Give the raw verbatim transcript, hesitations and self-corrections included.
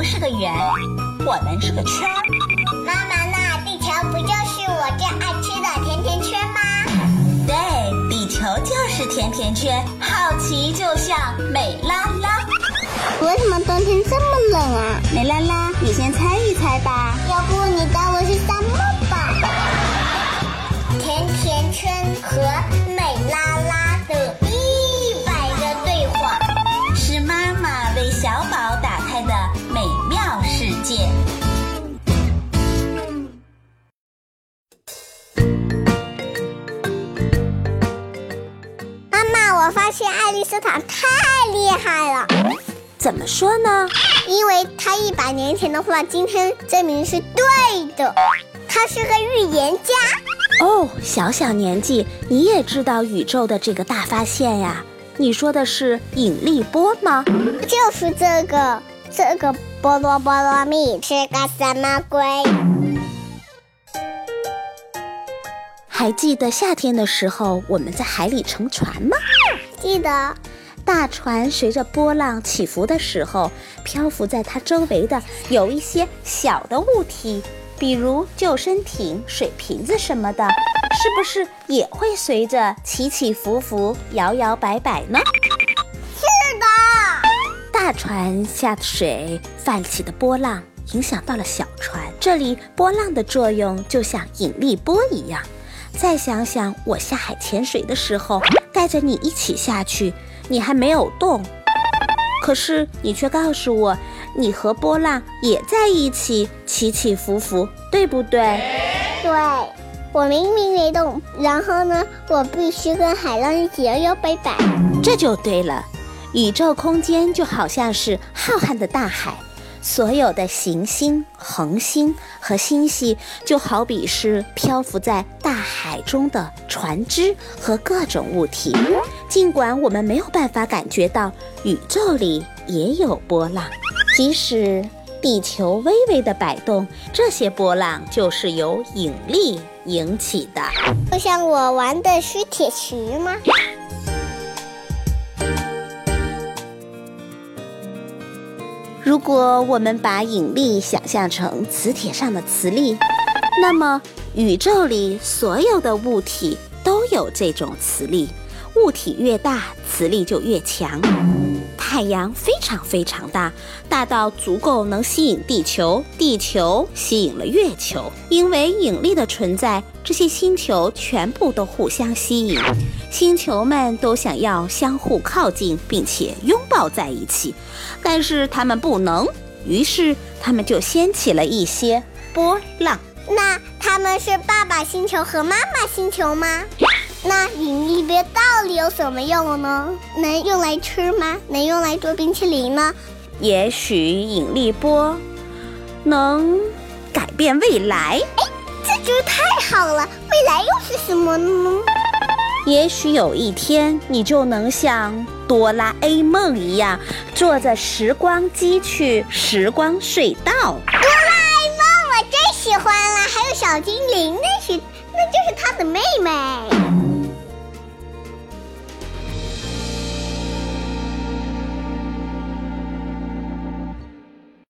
是个圆，我们是个圈。 妈妈，那地球不就是我最爱吃的甜甜圈吗？ 对，地球就是甜甜圈，好奇就像美拉拉。 为什么冬天这么冷啊？ 美拉拉，你先猜一猜吧。 要不你当我是沙漠吧？甜甜圈和美拉拉的一百个对话， 是妈妈为小宝打开的美妙世界。 妈妈，我发现爱丽丝塔太厉害了。 怎么说呢？ 因为他一百年前的话，今天证明是对的。他是个预言家。 哦，小小年纪你也知道宇宙的这个大发现呀？你说的是引力波吗？ 就是这个，这个菠萝菠萝蜜是个什么鬼？ 还记得夏天的时候我们在海里乘船吗？ 记得。 大船随着波浪起伏的时候，漂浮在它周围的有一些小的物体，比如救生艇、水瓶子什么的，是不是也会随着起起伏伏、摇摇摆摆呢？ 是的。 大船下水泛起的波浪影响到了小船，这里波浪的作用就像引力波一样。再想想我下海潜水的时候，带着你一起下去，你还没有动，可是你却告诉我，你和波浪也在一起起起伏伏，对不对？ 对，我明明没动，然后呢，我必须跟海浪一起摇摇摆摆。 这就对了，宇宙空间就好像是浩瀚的大海，所有的行星、恒星和星系就好比是漂浮在大海中的船只和各种物体。尽管我们没有办法感觉到宇宙里也有波浪，即使地球微微的摆动，这些波浪就是由引力引起的。 就像我玩的是铁石吗？ 如果我们把引力想象成磁铁上的磁力，那么宇宙里所有的物体都有这种磁力，物体越大，磁力就越强。太阳非常非常大，大到足够能吸引地球，地球吸引了月球。因为引力的存在，这些星球全部都互相吸引，星球们都想要相互靠近并且拥抱在一起，但是他们不能，于是他们就掀起了一些波浪。 那他们是爸爸星球和妈妈星球吗？那引力波到底有什么用呢？能用来吃吗？能用来做冰淇淋吗？ 也许引力波能改变未来。 哎，这就太好了！未来又是什么呢？ 也许有一天你就能像哆啦 A 梦一样，坐着时光机去时光隧道。 哆啦 A 梦我最喜欢了，还有小精灵那些